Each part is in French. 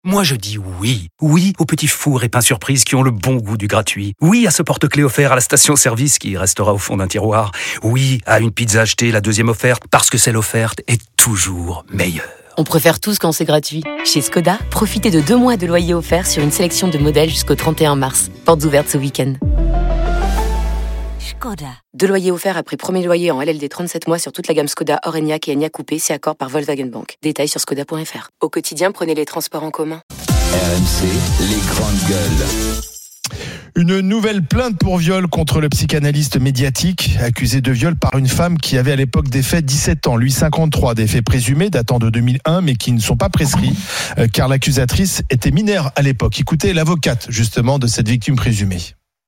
Moi je dis oui. Oui aux petits fours et pains surprises qui ont le bon goût du gratuit. Oui à ce porte-clés offert à la station-service qui restera au fond d'un tiroir. Oui à une pizza achetée, la deuxième offerte, parce que celle offerte est toujours meilleure. On préfère tous quand c'est gratuit. Chez Skoda, profitez de 2 mois de loyer offert sur une sélection de modèles jusqu'au 31 mars. Portes ouvertes ce week-end. Skoda. 2 loyers offerts après premier loyer en LLD 37 mois sur toute la gamme Skoda, Orenia et Enyaq Coupé, c'est accord par Volkswagen Bank. Détails sur skoda.fr. Au quotidien, prenez les transports en commun. RMC, les grandes gueules. Une nouvelle plainte pour viol contre le psychanalyste médiatique accusé de viol par une femme qui avait à l'époque des faits 17 ans, lui 53, des faits présumés datant de 2001 mais qui ne sont pas prescrits car l'accusatrice était mineure à l'époque. Écoutez l'avocate justement de cette victime présumée.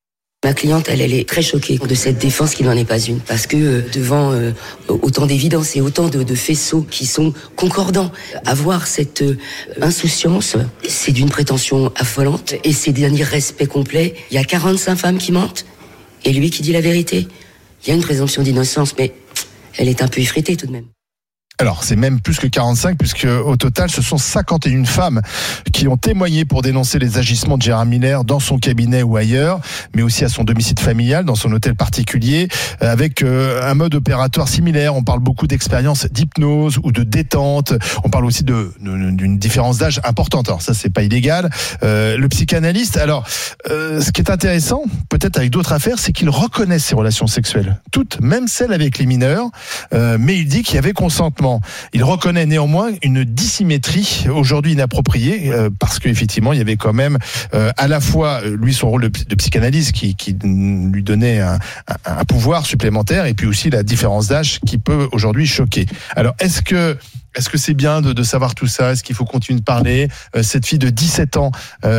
Ma cliente, elle est très choquée de cette défense qui n'en est pas une. Parce que devant autant d'évidence et autant de faisceaux qui sont concordants, avoir cette insouciance, c'est d'une prétention affolante et c'est d'un irrespect complet. Il y a 45 femmes qui mentent et lui qui dit la vérité. Il y a une présomption d'innocence, mais elle est un peu effritée tout de même. Alors, c'est même plus que 45, puisque au total, ce sont 51 femmes qui ont témoigné pour dénoncer les agissements de Gérard Miller dans son cabinet ou ailleurs, mais aussi à son domicile familial, dans son hôtel particulier, avec un mode opératoire similaire. On parle beaucoup d'expériences d'hypnose ou de détente. On parle aussi d'une différence d'âge importante. Alors ça, c'est pas illégal. Le psychanalyste, alors, ce qui est intéressant, peut-être avec d'autres affaires, c'est qu'il reconnaît ses relations sexuelles. Toutes, même celles avec les mineurs, mais il dit qu'il y avait consentement. Il reconnaît néanmoins une dissymétrie aujourd'hui inappropriée parce qu'effectivement il y avait quand même à la fois lui son rôle de psychanalyste qui lui donnait un pouvoir supplémentaire et puis aussi la différence d'âge qui peut aujourd'hui choquer. Alors est-ce que c'est bien de savoir tout ça? Est-ce qu'il faut continuer de parler? Cette fille de 17 ans,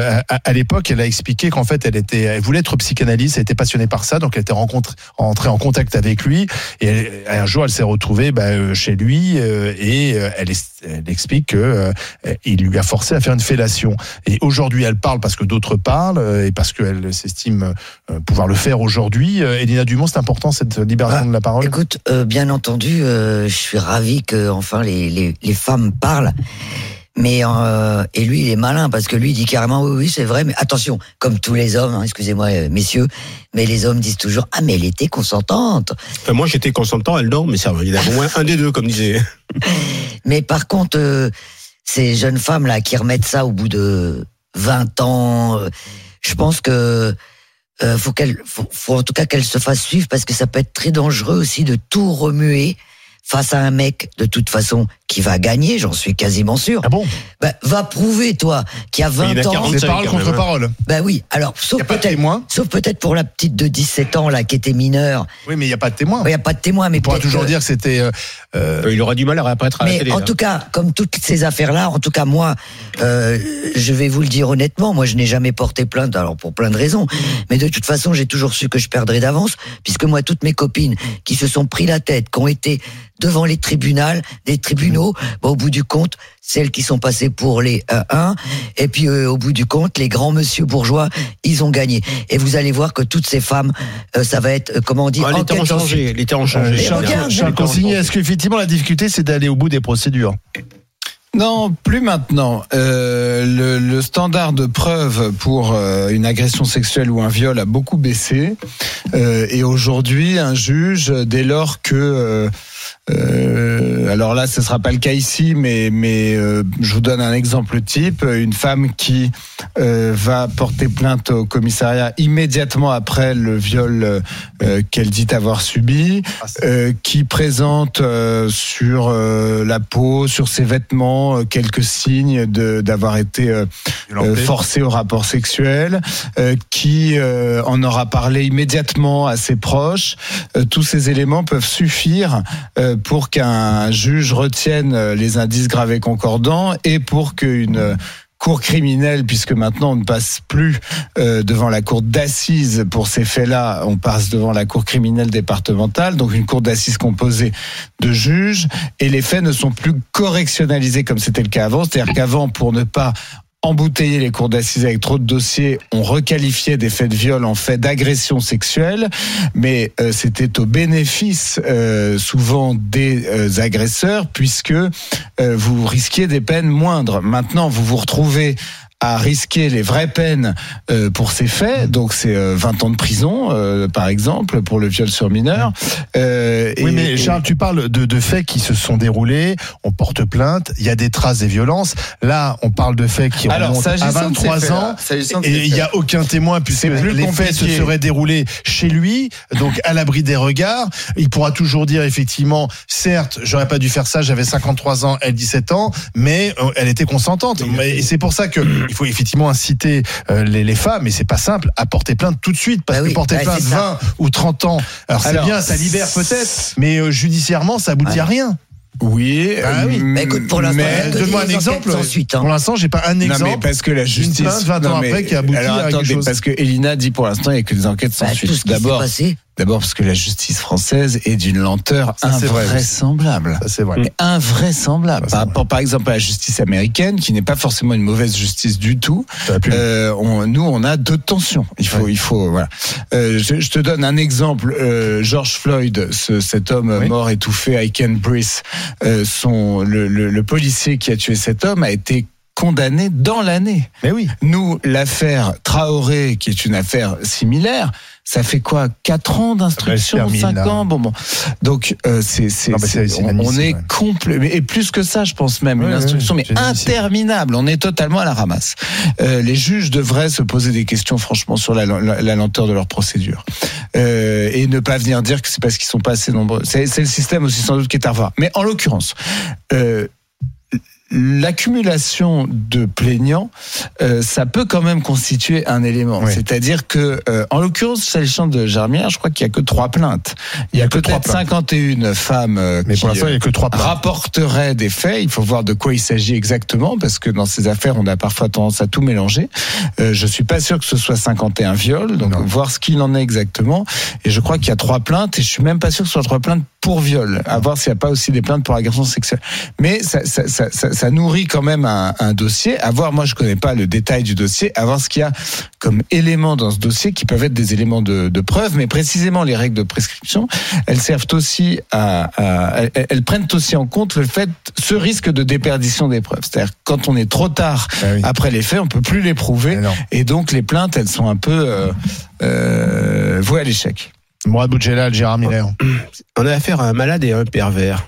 à l'époque, elle a expliqué qu'en fait, elle voulait être psychanalyste, elle était passionnée par ça, donc elle était rentrée en contact avec lui, et un jour, elle s'est retrouvée chez lui, et elle explique que il lui a forcé à faire une fellation. Et aujourd'hui, elle parle parce que d'autres parlent, et parce qu'elle s'estime pouvoir le faire aujourd'hui. Elina Dumont, c'est important cette libération de la parole? Écoute, bien entendu, je suis ravi que enfin les femmes parlent, mais et lui il est malin parce que lui il dit carrément oui c'est vrai, mais attention, comme tous les hommes, excusez-moi messieurs, mais les hommes disent toujours mais elle était consentante. Moi j'étais consentant, elle dort, mais ça il y a au moins un des deux comme disait. Mais par contre ces jeunes femmes là qui remettent ça au bout de 20 ans, je pense que faut en tout cas qu'elles se fassent suivre, parce que ça peut être très dangereux aussi de tout remuer face à un mec, de toute façon, qui va gagner, j'en suis quasiment sûr. Ah bon? Va prouver, toi, qu'il y a 20 ans... C'est parole contre parole. Oui, alors, sauf peut-être pour la petite de 17 ans, là, qui était mineure. Oui, mais il n'y a pas de témoin. Il n'y a pas de témoin, mais on pourra toujours dire que c'était... Il aura du mal à réapparaître à la télé. Mais en tout cas, comme toutes ces affaires-là, en tout cas, moi, je vais vous le dire honnêtement, moi, je n'ai jamais porté plainte, alors pour plein de raisons, mais de toute façon, j'ai toujours su que je perdrais d'avance, puisque moi, toutes mes copines qui se sont pris la tête, qui ont été devant les tribunaux, au bout du compte, celles qui sont passées pour les 1, et puis au bout du compte, les grands monsieur bourgeois, ils ont gagné. Et vous allez voir que toutes ces femmes, ça va être, comment on dit, les temps ont changé. Charles Consigny, est-ce qu'effectivement la difficulté, c'est d'aller au bout des procédures? Non, plus maintenant. Le standard de preuve pour une agression sexuelle ou un viol a beaucoup baissé. Et aujourd'hui, un juge, dès lors que... alors là, ce sera pas le cas ici, mais je vous donne un exemple type. Une femme qui va porter plainte au commissariat immédiatement après le viol qu'elle dit avoir subi, qui présente sur la peau, sur ses vêtements, quelques signes d'avoir été forcée au rapport sexuel, qui en aura parlé immédiatement à ses proches. Tous ces éléments peuvent suffire pour qu'un juge retienne les indices graves et concordants, et pour qu'une cour criminelle, puisque maintenant on ne passe plus devant la cour d'assises pour ces faits-là, on passe devant la cour criminelle départementale, donc une cour d'assises composée de juges, et les faits ne sont plus correctionnalisés comme c'était le cas avant, c'est-à-dire qu'avant, pour ne pas embouteillé les cours d'assises avec trop de dossiers, on requalifiait des faits de viol en faits d'agression sexuelle, mais c'était au bénéfice souvent des agresseurs, puisque vous risquiez des peines moindres. Maintenant, vous vous retrouvez à risquer les vraies peines pour ces faits, donc c'est 20 ans de prison par exemple pour le viol sur mineur. Oui, mais Charles, tu parles de faits qui se sont déroulés, on porte plainte, il y a des traces des violences. Là, on parle de faits qui remontent à 23 ans et il n'y a aucun témoin puisque les faits se seraient déroulés chez lui, donc à l'abri des regards. Il pourra toujours dire effectivement, certes, j'aurais pas dû faire ça, j'avais 53 ans, elle 17 ans, mais elle était consentante. Et c'est pour ça que il faut effectivement inciter les femmes, et c'est pas simple, à porter plainte tout de suite, parce que porter plainte 20 ou 30 ans, alors c'est bien, ça libère peut-être, mais judiciairement, ça aboutit à rien. Oui, mais écoute, pour l'instant, donne-moi un exemple. Pour l'instant, j'ai pas un exemple. Non, mais parce que la justice, 20 ans après, qui aboutit à quelque chose. Parce que Elina dit pour l'instant, il n'y a que des enquêtes sans suite. D'abord parce que la justice française est d'une lenteur invraisemblable. Ça, c'est vrai. Invraisemblable. Par rapport, par exemple, à la justice américaine, qui n'est pas forcément une mauvaise justice du tout. Nous, on a deux tensions. Il faut, voilà. Je te donne un exemple. George Floyd, cet homme mort étouffé, I Can't Breathe, le policier qui a tué cet homme a été condamné dans l'année. Mais oui. Nous, l'affaire Traoré, qui est une affaire similaire, ça fait quoi, 4 ans d'instruction, 5 ans, bon. Donc, on est complet, et plus que ça, je pense même, une instruction, mais interminable. On est totalement à la ramasse. Les juges devraient se poser des questions, franchement, sur la lenteur de leur procédure. Et ne pas venir dire que c'est parce qu'ils sont pas assez nombreux. C'est le système aussi, sans doute, qui est à revoir. Mais en l'occurrence, l'accumulation de plaignants, ça peut quand même constituer un élément. Oui. C'est-à-dire que, en l'occurrence, s'agissant de Gérard, je crois qu'il y a que 3 plaintes. Il y a peut-être 51 femmes mais qui pour l'instant, il y a que 3 plaintes. Rapporteraient des faits. Il faut voir de quoi il s'agit exactement, parce que dans ces affaires, on a parfois tendance à tout mélanger. Je suis pas sûr que ce soit 51 viols, donc voir ce qu'il en est exactement. Et je crois qu'il y a 3 plaintes, et je suis même pas sûr que ce soit 3 plaintes pour viol. À voir s'il n'y a pas aussi des plaintes pour agression sexuelle. Mais ça nourrit quand même un dossier. À voir, moi je connais pas le détail du dossier, à voir ce qu'il y a comme éléments dans ce dossier qui peuvent être des éléments de preuve, mais précisément les règles de prescription, elles servent aussi elles prennent aussi en compte ce risque de déperdition des preuves. C'est-à-dire quand on est trop tard après les faits, on peut plus les prouver, et donc les plaintes, elles sont un peu vouées à l'échec. Mourad Boudjelal, Gérard Miller. On a affaire à un malade et à un pervers.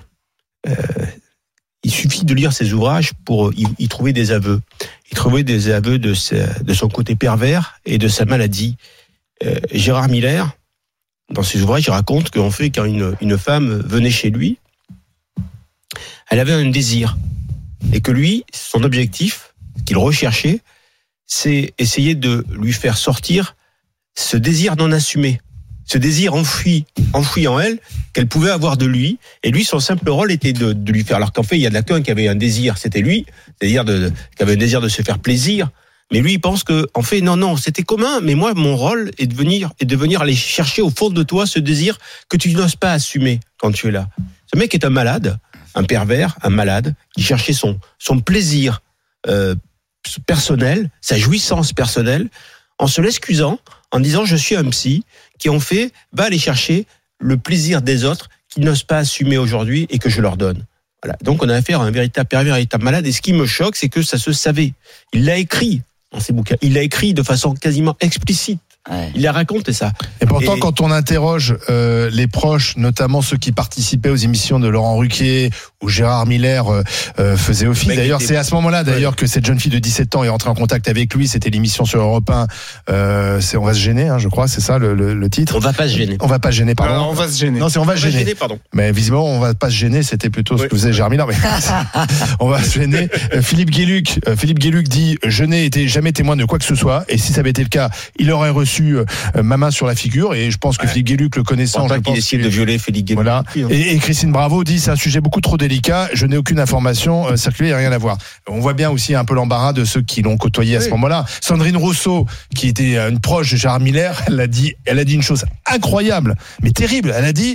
Il suffit de lire ses ouvrages pour y trouver des aveux. Il trouvait des aveux de son côté pervers et de sa maladie. Gérard Miller, dans ses ouvrages, il raconte qu'en fait, quand une femme venait chez lui, elle avait un désir. Et que lui, son objectif, qu'il recherchait, c'est essayer de lui faire sortir ce désir non assumé. Ce désir enfoui en elle, qu'elle pouvait avoir de lui, et lui, son simple rôle était de lui faire. Alors qu'en fait, il y en a qu'un qui avait un désir, c'était lui, c'est-à-dire qui avait un désir de se faire plaisir. Mais lui, il pense que, en fait, non, c'était commun. Mais moi, mon rôle est de venir aller chercher au fond de toi ce désir que tu n'oses pas assumer quand tu es là. Ce mec est un malade, un pervers, un malade, qui cherchait son plaisir personnel, sa jouissance personnelle, en se l'excusant, en disant je suis un psy, qui en fait va aller chercher le plaisir des autres qui n'osent pas assumer aujourd'hui et que je leur donne. Voilà. Donc on a affaire à un véritable pervers, un véritable malade, et ce qui me choque, c'est que ça se savait. Il l'a écrit dans ses bouquins, il l'a écrit de façon quasiment explicite. Ouais. Il a raconté ça. Et pourtant, quand on interroge les proches, notamment ceux qui participaient aux émissions de Laurent Ruquier ou Gérard Miller faisait office. D'ailleurs, c'est à ce moment-là que cette jeune fille de 17 ans est entrée en contact avec lui. C'était l'émission sur Europe 1. C'est On va se gêner, je crois, c'est ça le titre. On va pas se gêner. On va pas se gêner, pardon. Alors, on va se gêner. Non, c'est on va se gêner. Pardon. Mais visiblement, on va pas se gêner. C'était plutôt ce que faisait Gérard Miller. Mais on va se gêner. Philippe Guéluc dit je n'ai été jamais témoin de quoi que ce soit. Et si ça avait été le cas, il aurait reçu ma main sur la figure, et je pense que Philippe Guéluc, le connaissant, je pense qu'il essaie de violer Philippe Guéluc. Voilà. Et Christine Bravo dit c'est un sujet beaucoup trop délicat, je n'ai aucune information circulée, il n'y a rien à voir. On voit bien aussi un peu l'embarras de ceux qui l'ont côtoyé à ce moment-là. Sandrine Rousseau, qui était une proche de Gérard Miller, elle a dit une chose incroyable, mais terrible. Elle a dit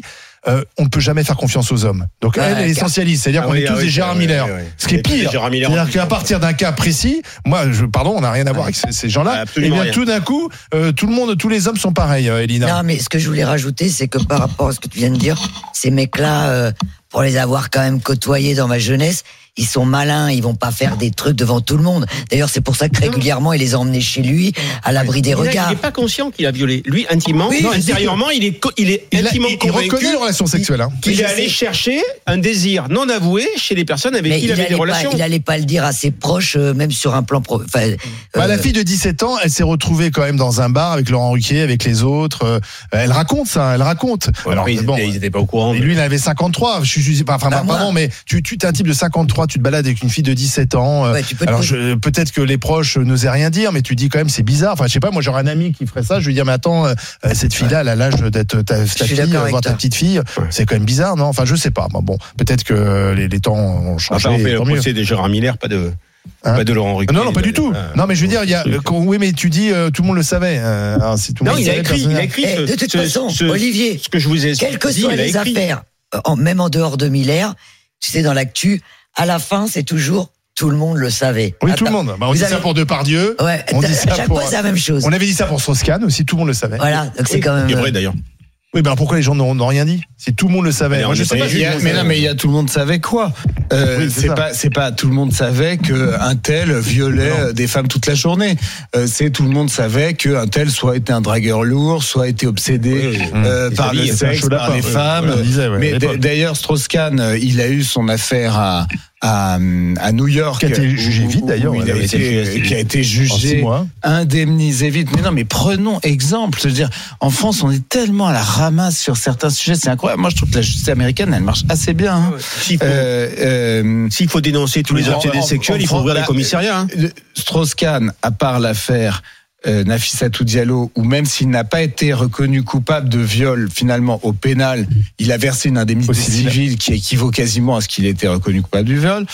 on ne peut jamais faire confiance aux hommes. Donc elle est essentialiste, c'est-à-dire qu'on est tous des Gérard Miller. Ce qui est pire, c'est-à-dire qu'à partir d'un cas précis, on n'a rien à voir avec ces gens-là. Et bien tout d'un coup, tous les hommes sont pareils, Elina. Non, mais ce que je voulais rajouter, c'est que par rapport à ce que tu viens de dire, ces mecs-là, pour les avoir quand même côtoyés dans ma jeunesse, ils sont malins, ils vont pas faire des trucs devant tout le monde. D'ailleurs, c'est pour ça que régulièrement, il les a emmenés chez lui, à l'abri des regards. Il n'est pas conscient qu'il a violé. Lui, intimement, intérieurement, il est intimement il convaincu. Il reconnaît les relations sexuelles. Il est allé chercher un désir non avoué chez les personnes avec qui il avait des relations. Il allait pas le dire à ses proches, même sur un plan la fille de 17 ans, elle s'est retrouvée quand même dans un bar avec Laurent Ruquier, avec les autres. Elle raconte ça, elle raconte. Alors, ils n'étaient pas au courant. Et lui, il avait 53. Mais tu es un type de 53, tu te balades avec une fille de 17 ans. Alors peut-être que les proches n'osaient rien dire, mais tu dis quand même c'est bizarre. Enfin, je sais pas, moi j'aurais un ami qui ferait ça, je lui dis mais attends, cette fille-là, elle a l'âge d'être ta fille, voir ta petite fille, c'est quand même bizarre, non? Enfin, je sais pas. Bon, peut-être que les temps ont changé. On fait le procès de Gérard Miller, pas de Laurent Ruquier. Non, pas du tout. Non, mais je veux dire, oui, mais tu dis, tout le monde le savait. Il a écrit. De toute façon, Olivier, ce que je vous ai quelles que soient les affaires, même en dehors de Miller, tu sais, dans l'actu, à la fin, c'est toujours tout le monde le savait. Oui, tout le monde. On dit ça pour Depardieu. Ouais, on dit ça chaque fois, c'est la même chose. On avait dit ça pour Strauss-Kahn aussi, tout le monde le savait. Voilà, donc c'est quand même. C'est vrai d'ailleurs. Oui, ben pourquoi les gens n'ont rien dit? Si tout le monde le savait. Moi, je sais pas. Mais il y a tout le monde savait quoi? C'est pas tout le monde savait que un tel violait des femmes toute la journée. C'est tout le monde savait que un tel soit était un dragueur lourd, soit été obsédé par le sexe, par les femmes. Mais d'ailleurs, Strauss-Kahn, il a eu son affaire à New York, qui a été jugé vite d'ailleurs, qui a été jugé indemnisé vite. Mais non, mais prenons exemple. Je veux dire, en France, on est tellement à la ramasse sur certains sujets, c'est incroyable. Moi, je trouve que la justice américaine, elle marche assez bien. S'il faut dénoncer tous les obsédés sexuels, il faut ouvrir les commissariats. Strauss-Kahn, à part l'affaire Nafissatou Diallo, où même s'il n'a pas été reconnu coupable de viol, finalement au pénal, il a versé une indemnité civile qui équivaut quasiment à ce qu'il ait été reconnu coupable du viol.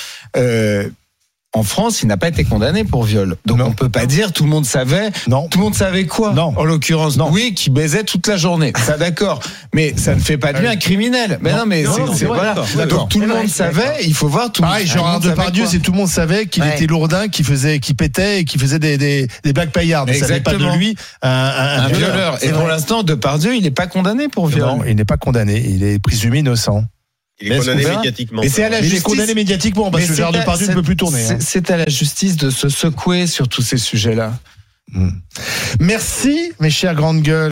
En France, il n'a pas été condamné pour viol. Donc on peut pas dire tout le monde savait. Non. Tout le monde savait quoi? Non. En l'occurrence, oui, qui baisait toute la journée. Ça, d'accord. Mais ça ne fait pas de lui un criminel. Mais mais c'est voilà. Donc tout le monde savait. Il faut voir tout le monde. Pareil, Gérard Depardieu, c'est tout le monde savait qu'il était lourdin, qu'il pétait et qu'il faisait des blagues paillardes. Ça savait pas de lui un violeur. Et pour l'instant, Depardieu, il n'est pas condamné pour viol. Non, il n'est pas condamné. Il est présumé innocent. Il est condamné médiatiquement. Mais c'est à la justice. Il est condamné médiatiquement parce que Gérard Depardieu ne peut plus tourner. C'est à la justice de se secouer sur tous ces sujets-là. Merci, mes chères grandes gueules.